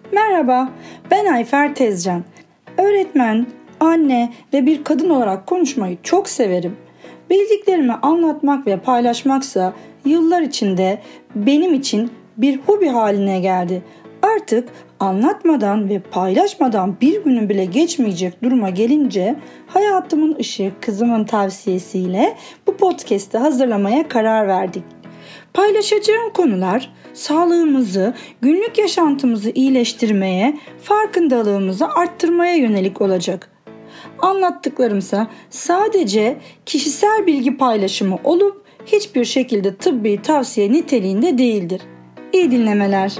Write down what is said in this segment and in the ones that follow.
Merhaba, ben Ayfer Tezcan. Öğretmen, anne ve bir kadın olarak konuşmayı çok severim. Bildiklerimi anlatmak ve paylaşmaksa yıllar içinde benim için bir hobi haline geldi. Artık anlatmadan ve paylaşmadan bir günün bile geçmeyecek duruma gelince hayatımın ışığı kızımın tavsiyesiyle bu podcast'ı hazırlamaya karar verdik. Paylaşacağım konular sağlığımızı, günlük yaşantımızı iyileştirmeye, farkındalığımızı arttırmaya yönelik olacak. Anlattıklarımsa sadece kişisel bilgi paylaşımı olup hiçbir şekilde tıbbi tavsiye niteliğinde değildir. İyi dinlemeler.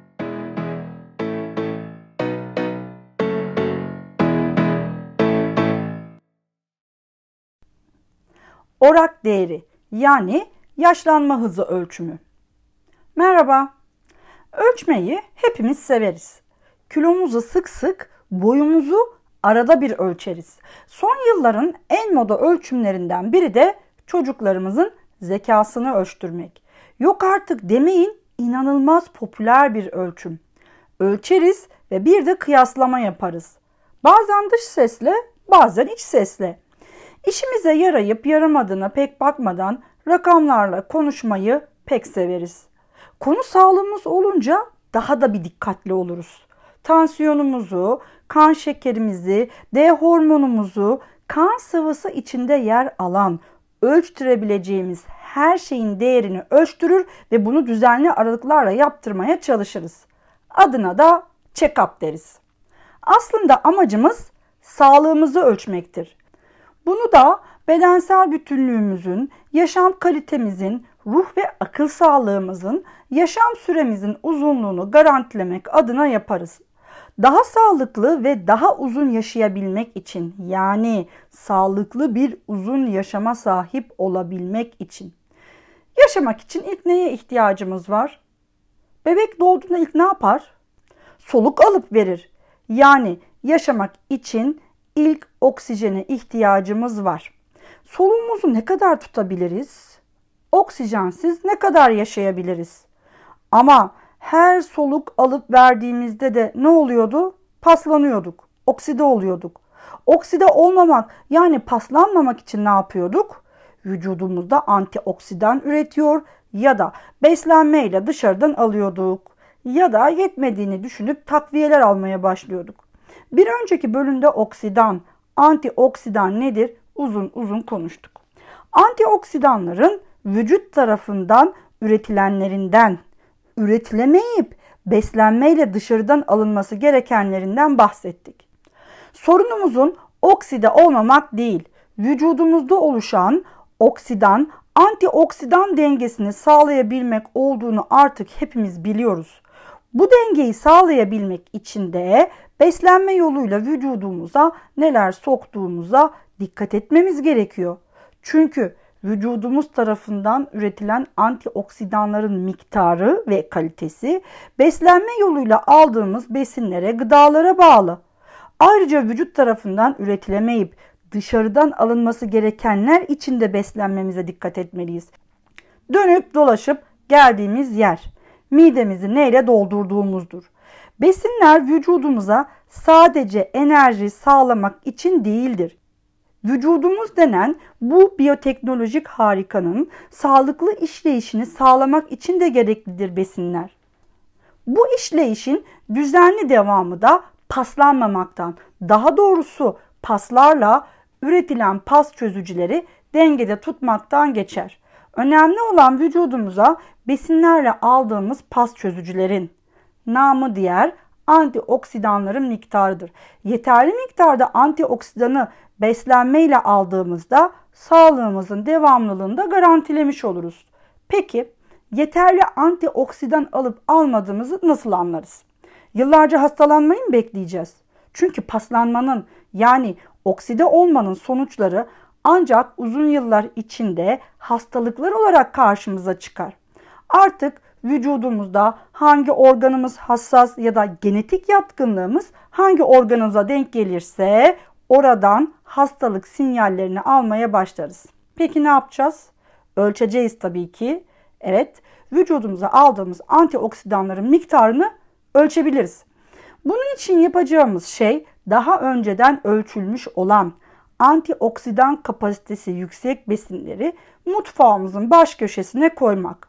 Orak değeri yani yaşlanma hızı ölçümü. Merhaba. Ölçmeyi hepimiz severiz. Kilomuzu sık sık, boyumuzu arada bir ölçeriz. Son yılların en moda ölçümlerinden biri de çocuklarımızın zekasını ölçtürmek. Yok artık demeyin, inanılmaz popüler bir ölçüm. Ölçeriz ve bir de kıyaslama yaparız. Bazen dış sesle, bazen iç sesle. İşimize yarayıp yaramadığına pek bakmadan rakamlarla konuşmayı pek severiz. Konu sağlığımız olunca daha da bir dikkatli oluruz. Tansiyonumuzu, kan şekerimizi, D hormonumuzu, kan sıvısı içinde yer alan, ölçtürebileceğimiz her şeyin değerini ölçtürür ve bunu düzenli aralıklarla yaptırmaya çalışırız. Adına da check-up deriz. Aslında amacımız sağlığımızı ölçmektir. Bunu da bedensel bütünlüğümüzün, yaşam kalitemizin, ruh ve akıl sağlığımızın, yaşam süremizin uzunluğunu garantilemek adına yaparız. Daha sağlıklı ve daha uzun yaşayabilmek için, yani sağlıklı bir uzun yaşama sahip olabilmek için. Yaşamak için ilk neye ihtiyacımız var? Bebek doğduğunda ilk ne yapar? Soluk alıp verir. Yani yaşamak için İlk oksijene ihtiyacımız var. Soluğumuzu ne kadar tutabiliriz? Oksijensiz ne kadar yaşayabiliriz? Ama her soluk alıp verdiğimizde de ne oluyordu? Paslanıyorduk, okside oluyorduk. Okside olmamak yani paslanmamak için ne yapıyorduk? Vücudumuzda antioksidan üretiyor ya da beslenmeyle dışarıdan alıyorduk. Ya da yetmediğini düşünüp takviyeler almaya başlıyorduk. Bir önceki bölümde oksidan, antioksidan nedir? Uzun uzun konuştuk. Antioksidanların vücut tarafından üretilenlerinden, üretilemeyip beslenmeyle dışarıdan alınması gerekenlerinden bahsettik. Sorunumuzun okside olmamak değil, vücudumuzda oluşan oksidan, antioksidan dengesini sağlayabilmek olduğunu artık hepimiz biliyoruz. Bu dengeyi sağlayabilmek için de beslenme yoluyla vücudumuza neler soktuğumuza dikkat etmemiz gerekiyor. Çünkü vücudumuz tarafından üretilen antioksidanların miktarı ve kalitesi beslenme yoluyla aldığımız besinlere, gıdalara bağlı. Ayrıca vücut tarafından üretilemeyip dışarıdan alınması gerekenler için de beslenmemize dikkat etmeliyiz. Dönüp dolaşıp geldiğimiz yer midemizi neyle doldurduğumuzdur. Besinler vücudumuza sadece enerji sağlamak için değildir. Vücudumuz denen bu biyoteknolojik harikanın sağlıklı işleyişini sağlamak için de gereklidir besinler. Bu işleyişin düzenli devamı da paslanmamaktan, daha doğrusu paslarla üretilen pas çözücüleri dengede tutmaktan geçer. Önemli olan vücudumuza besinlerle aldığımız pas çözücülerin, namı diğer antioksidanların miktarıdır. Yeterli miktarda antioksidanı beslenmeyle aldığımızda sağlığımızın devamlılığını da garantilemiş oluruz. Peki yeterli antioksidan alıp almadığımızı nasıl anlarız? Yıllarca hastalanmayı mı bekleyeceğiz? Çünkü paslanmanın yani okside olmanın sonuçları ancak uzun yıllar içinde hastalıklar olarak karşımıza çıkar. Artık vücudumuzda hangi organımız hassas ya da genetik yatkınlığımız hangi organımıza denk gelirse oradan hastalık sinyallerini almaya başlarız. Peki ne yapacağız? Ölçeceğiz tabii ki. Evet, vücudumuza aldığımız antioksidanların miktarını ölçebiliriz. Bunun için yapacağımız şey daha önceden ölçülmüş olan antioksidan kapasitesi yüksek besinleri mutfağımızın baş köşesine koymak.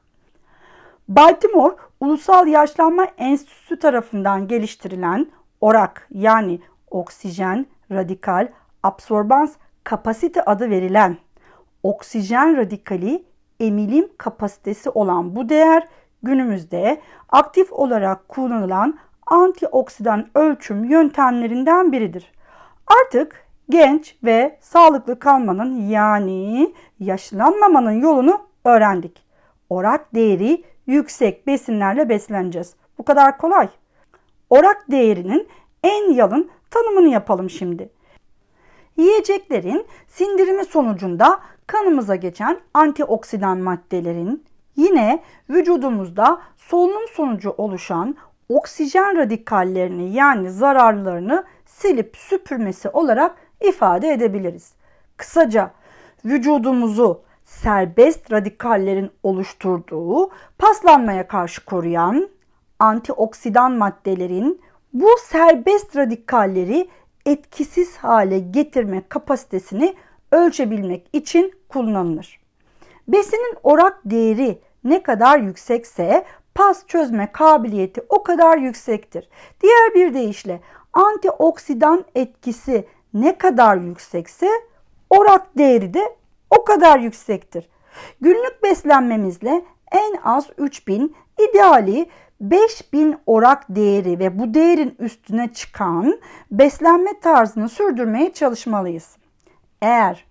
Baltimore Ulusal Yaşlanma Enstitüsü tarafından geliştirilen ORAK yani oksijen radikal absorbans kapasite adı verilen oksijen radikali emilim kapasitesi olan bu değer günümüzde aktif olarak kullanılan antioksidan ölçüm yöntemlerinden biridir. Artık genç ve sağlıklı kalmanın yani yaşlanmamanın yolunu öğrendik. ORAK değeri yüksek besinlerle besleneceğiz. Bu kadar kolay. ORAK değerinin en yalın tanımını yapalım şimdi. Yiyeceklerin sindirimi sonucunda kanımıza geçen antioksidan maddelerin yine vücudumuzda solunum sonucu oluşan oksijen radikallerini yani zararlarını silip süpürmesi olarak ifade edebiliriz. Kısaca vücudumuzu serbest radikallerin oluşturduğu paslanmaya karşı koruyan antioksidan maddelerin bu serbest radikalleri etkisiz hale getirme kapasitesini ölçebilmek için kullanılır. Besinin ORAK değeri ne kadar yüksekse pas çözme kabiliyeti o kadar yüksektir. Diğer bir deyişle antioksidan etkisi ne kadar yüksekse ORAK değeri de o kadar yüksektir. Günlük beslenmemizle en az 3000, ideali 5000 ORAK değeri ve bu değerin üstüne çıkan beslenme tarzını sürdürmeye çalışmalıyız. Eğer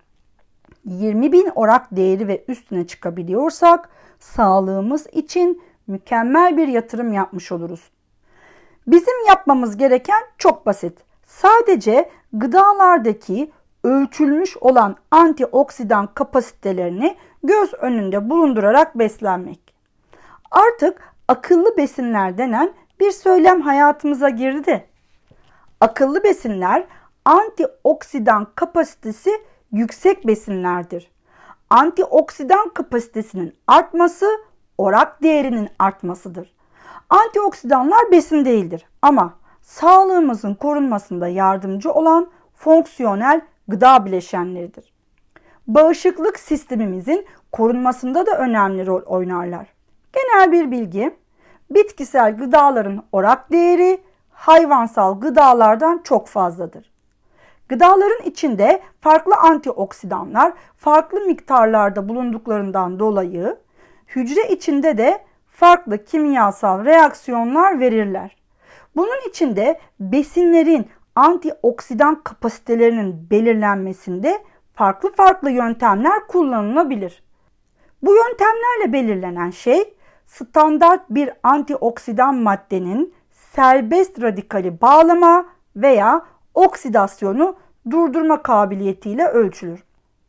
20.000 ORAK değeri ve üstüne çıkabiliyorsak sağlığımız için mükemmel bir yatırım yapmış oluruz. Bizim yapmamız gereken çok basit. Sadece gıdalardaki ölçülmüş olan antioksidan kapasitelerini göz önünde bulundurarak beslenmek. Artık akıllı besinler denen bir söylem hayatımıza girdi. Akıllı besinler antioksidan kapasitesi yüksek besinlerdir. Antioksidan kapasitesinin artması ORAK değerinin artmasıdır. Antioksidanlar besin değildir ama sağlığımızın korunmasında yardımcı olan fonksiyonel gıda bileşenleridir. Bağışıklık sistemimizin korunmasında da önemli rol oynarlar. Genel bir bilgi, bitkisel gıdaların ORAK değeri hayvansal gıdalardan çok fazladır. Gıdaların içinde farklı antioksidanlar farklı miktarlarda bulunduklarından dolayı hücre içinde de farklı kimyasal reaksiyonlar verirler. Bunun için de besinlerin antioksidan kapasitelerinin belirlenmesinde farklı yöntemler kullanılabilir. Bu yöntemlerle belirlenen şey standart bir antioksidan maddenin serbest radikali bağlama veya oksidasyonu durdurma kabiliyetiyle ölçülür.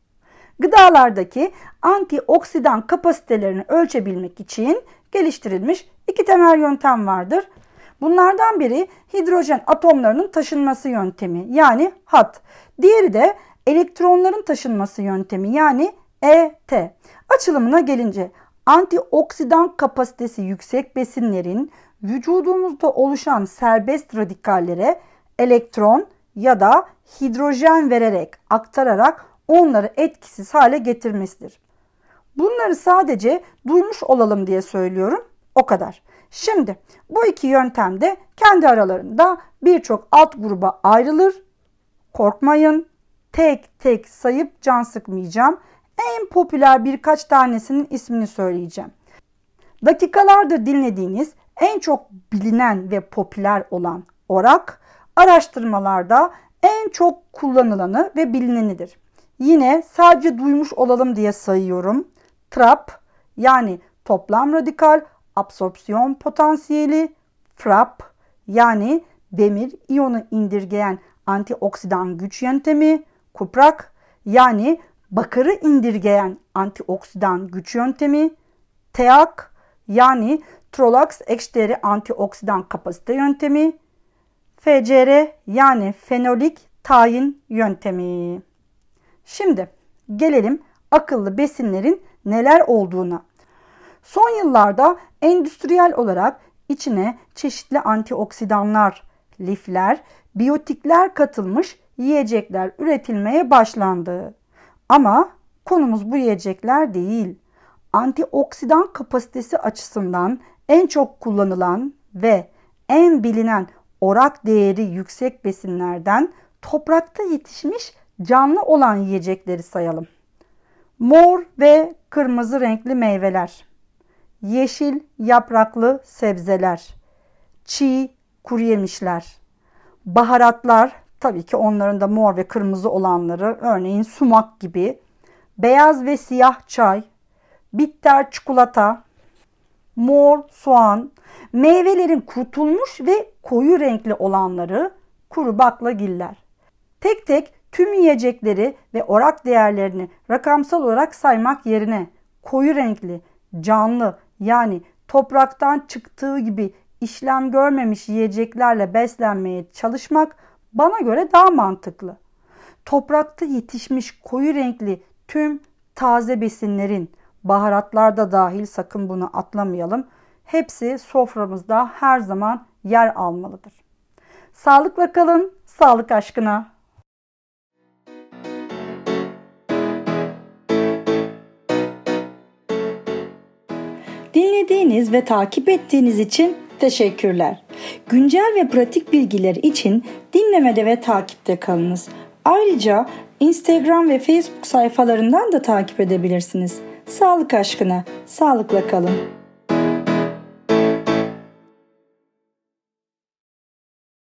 Gıdalardaki antioksidan kapasitelerini ölçebilmek için geliştirilmiş iki temel yöntem vardır. Bunlardan biri hidrojen atomlarının taşınması yöntemi yani HAT. Diğeri de elektronların taşınması yöntemi yani ET. Açılımına gelince antioksidan kapasitesi yüksek besinlerin vücudumuzda oluşan serbest radikallere elektron ya da hidrojen vererek aktararak onları etkisiz hale getirmesidir. Bunları sadece duymuş olalım diye söylüyorum. O kadar. Şimdi bu iki yöntem de kendi aralarında birçok alt gruba ayrılır. Korkmayın. Tek tek sayıp can sıkmayacağım. En popüler birkaç tanesinin ismini söyleyeceğim. Dakikalardır dinlediğiniz en çok bilinen ve popüler olan ORAK, araştırmalarda en çok kullanılanı ve bilinenidir. Yine sadece duymuş olalım diye sayıyorum. TRAP yani toplam radikal absorpsiyon potansiyeli, FRAP yani demir iyonu indirgeyen antioksidan güç yöntemi, KUPRAK yani bakırı indirgeyen antioksidan güç yöntemi, TEAK yani Trolax eşdeğeri antioksidan kapasite yöntemi, FCR yani fenolik tayin yöntemi. Şimdi gelelim akıllı besinlerin neler olduğuna. Son yıllarda endüstriyel olarak içine çeşitli antioksidanlar, lifler, biyotikler katılmış yiyecekler üretilmeye başlandı. Ama konumuz bu yiyecekler değil. Antioksidan kapasitesi açısından en çok kullanılan ve en bilinen orak değeri yüksek besinlerden toprakta yetişmiş canlı olan yiyecekleri sayalım. Mor ve kırmızı renkli meyveler, yeşil yapraklı sebzeler, çiğ kuru yemişler, baharatlar, tabii ki onların da mor ve kırmızı olanları, örneğin sumak gibi, beyaz ve siyah çay, bitter çikolata, mor soğan, meyvelerin kurutulmuş ve koyu renkli olanları, kuru baklagiller. Tek tek tüm yiyecekleri ve orak değerlerini rakamsal olarak saymak yerine koyu renkli, canlı yani topraktan çıktığı gibi işlem görmemiş yiyeceklerle beslenmeye çalışmak bana göre daha mantıklı. Toprakta yetişmiş koyu renkli tüm taze besinlerin, baharatlar da dahil, sakın bunu atlamayalım, hepsi soframızda her zaman yer almalıdır. Sağlıkla kalın, sağlık aşkına. Dinlediğiniz ve takip ettiğiniz için teşekkürler. Güncel ve pratik bilgiler için dinlemede ve takipte kalınız. Ayrıca Instagram ve Facebook sayfalarından da takip edebilirsiniz. Sağlık aşkına, sağlıkla kalın.